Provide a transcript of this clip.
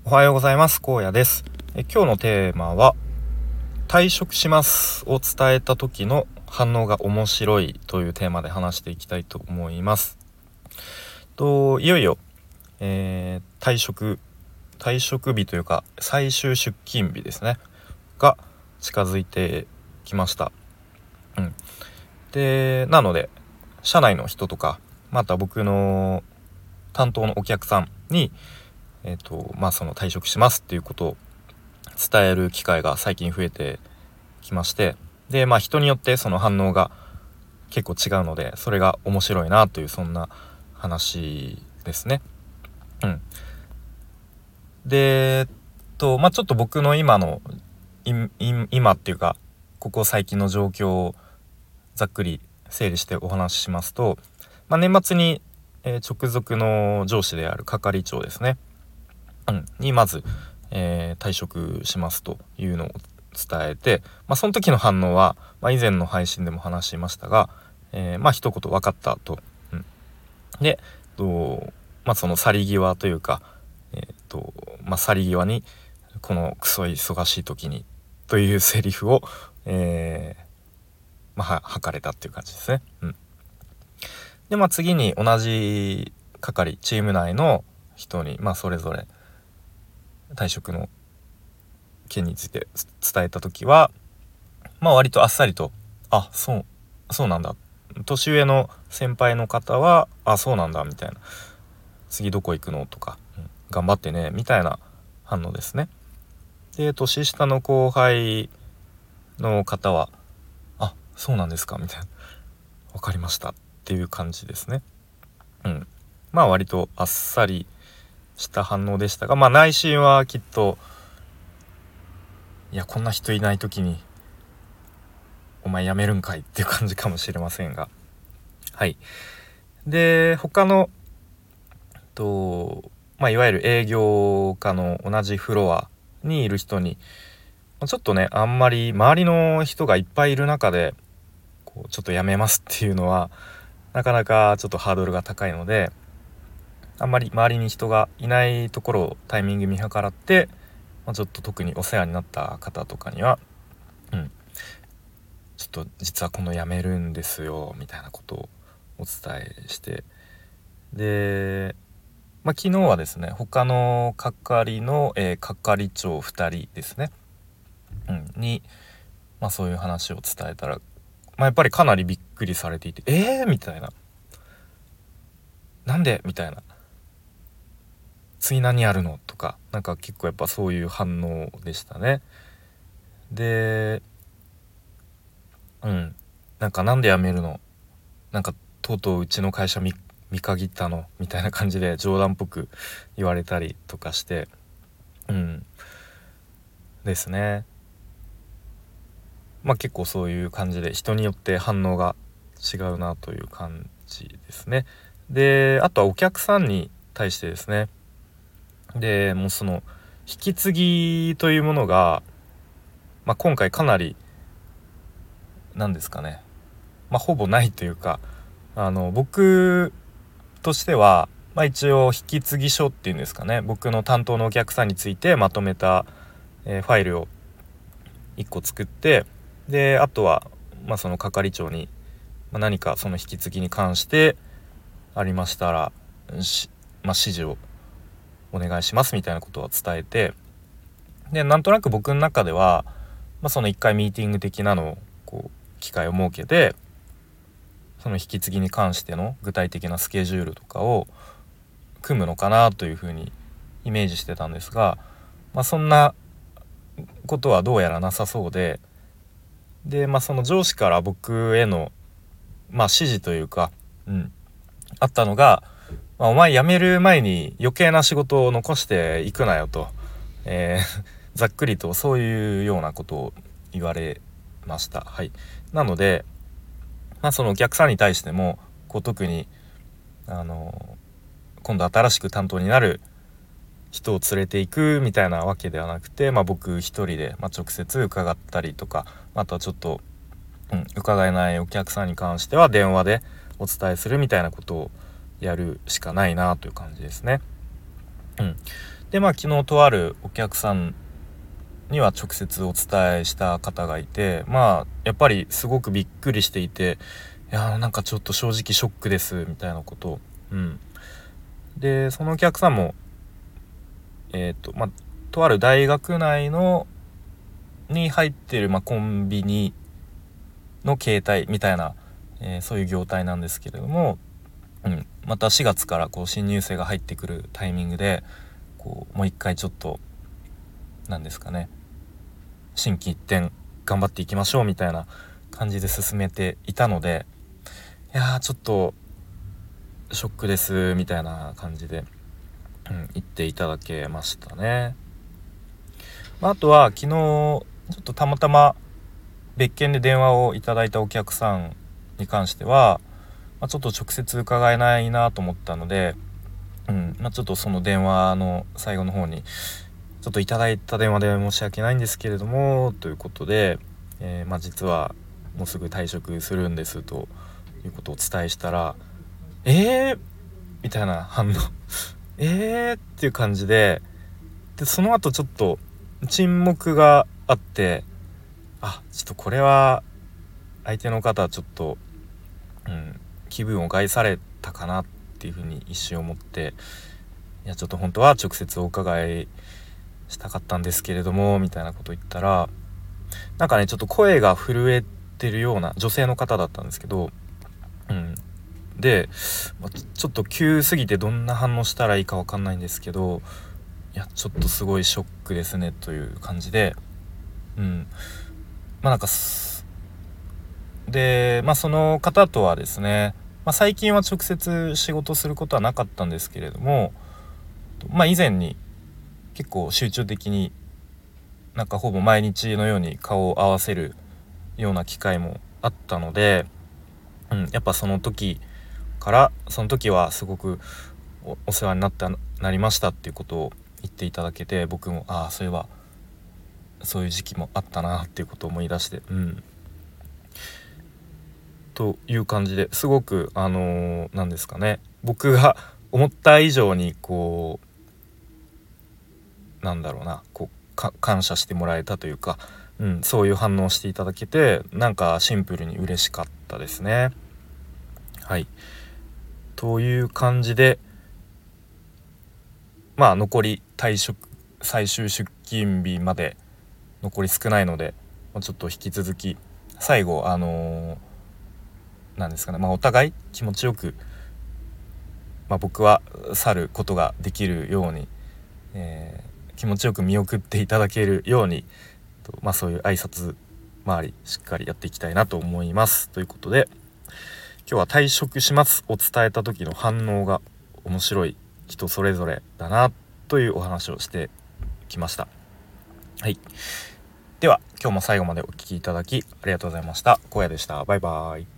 おはようございます。荒野です。今日のテーマは退職しますを伝えた時の反応が面白いというテーマで話していきたいと思います。いよいよ、退職日というか最終出勤日ですねが近づいてきました。でなので社内の人とかまた僕の担当のお客さんにその退職しますっていうことを伝える機会が最近増えてきまして、で人によってその反応が結構違うので、それが面白いなというそんな話ですね。でちょっと僕の今っていうかここ最近の状況をざっくり整理してお話ししますと、年末に、直属の上司である係長ですね、にまず、退職しますというのを伝えて、その時の反応は、以前の配信でも話しましたが、一言分かったと。で、その去り際というか、去り際にこのクソ忙しい時にというセリフを、吐かれたっていう感じですね。で次に同じ係チーム内の人にそれぞれ退職の件について伝えた時は割とあっさりとそうなんだ、年上の先輩の方はそうなんだみたいな、次どこ行くのとか、頑張ってねみたいな反応ですね。で年下の後輩の方はそうなんですかみたいな、分かりましたっていう感じですね。割とあっさりした反応でしたが、内心はきっとこんな人いない時にお前辞めるんかいっていう感じかもしれませんが、で他のいわゆる営業課の同じフロアにいる人にちょっとね、あんまり周りの人がいっぱいいる中でちょっと辞めますっていうのはなかなかちょっとハードルが高いので、あんまり周りに人がいないところをタイミング見計らって、ちょっと特にお世話になった方とかにはちょっと実はこの辞めるんですよみたいなことをお伝えして、で昨日はですね、他の係の、係長2人ですね、に、そういう話を伝えたら、やっぱりかなりびっくりされていて、みたいな、なんでみたいな、次何やるのとか、結構やっぱそういう反応でしたね。でなんで辞めるの、とうとううちの会社見限ったのみたいな感じで冗談っぽく言われたりとかしてですね。結構そういう感じで人によって反応が違うなという感じですね。であとはお客さんに対してですね、でもうその引き継ぎというものが、今回かなりなんですかね、ほぼないというか、僕としては、一応引き継ぎ書っていうんですかね、僕の担当のお客さんについてまとめた、ファイルを1個作って、であとは、その係長に、何かその引き継ぎに関してありましたら指示をお願いしますみたいなことを伝えて、でなんとなく僕の中では、その1回ミーティング的なのを機会を設けて、その引き継ぎに関しての具体的なスケジュールとかを組むのかなというふうにイメージしてたんですが、そんなことはどうやらなさそうで、その上司から僕への、指示というか、あったのが、お前辞める前に余計な仕事を残していくなよと、ざっくりとそういうようなことを言われました。なので、そのお客さんに対しても特に今度新しく担当になる人を連れていくみたいなわけではなくて、僕一人で、直接伺ったりとか、あとはちょっと、伺えないお客さんに関しては電話でお伝えするみたいなことをやるしかないなという感じですね。 で昨日とあるお客さんには直接お伝えした方がいて、やっぱりすごくびっくりしていて、いやなんかちょっと正直ショックですみたいなことを、でそのお客さんもとある大学内に入ってる、コンビニの携帯みたいな、そういう業態なんですけれども、また4月から新入生が入ってくるタイミングでもう一回ちょっとなんですかね、心機一転頑張っていきましょうみたいな感じで進めていたので、いやちょっとショックですみたいな感じで、言っていただけましたね。あとは昨日ちょっとたまたま別件で電話をいただいたお客さんに関しては、ちょっと直接伺えないなと思ったので、ちょっとその電話の最後の方にちょっといただいた電話で申し訳ないんですけれどもということで、実はもうすぐ退職するんですということをお伝えしたら、みたいな反応っていう感じで、その後ちょっと沈黙があって、ちょっとこれは相手の方はちょっと、気分を害されたかなっていうふうに一瞬思って、いやちょっと本当は直接お伺いしたかったんですけれどもみたいなことを言ったら、なんかねちょっと声が震えてるような女性の方だったんですけど、で、ちょっと急すぎてどんな反応したらいいか分かんないんですけど、いやちょっとすごいショックですねという感じで、なんかでその方とはですね、最近は直接仕事することはなかったんですけれども、以前に結構集中的になんかほぼ毎日のように顔を合わせるような機会もあったので、やっぱその時はすごくお世話になりましたっていうことを言っていただけて、僕もそういえばそういう時期もあったなっていうことを思い出して、という感じですごくなんですかね、僕が思った以上に感謝してもらえたというか、そういう反応をしていただけて、なんかシンプルに嬉しかったですね。はいという感じで、残り最終出勤日まで残り少ないので、ちょっと引き続き最後なんですかね、お互い気持ちよく、僕は去ることができるように、気持ちよく見送っていただけるように、そういう挨拶回りしっかりやっていきたいなと思います。ということで今日は退職しますを伝えた時の反応が面白い人それぞれだなというお話をしてきました。では今日も最後までお聞きいただきありがとうございました。荒野でした。バイバイ。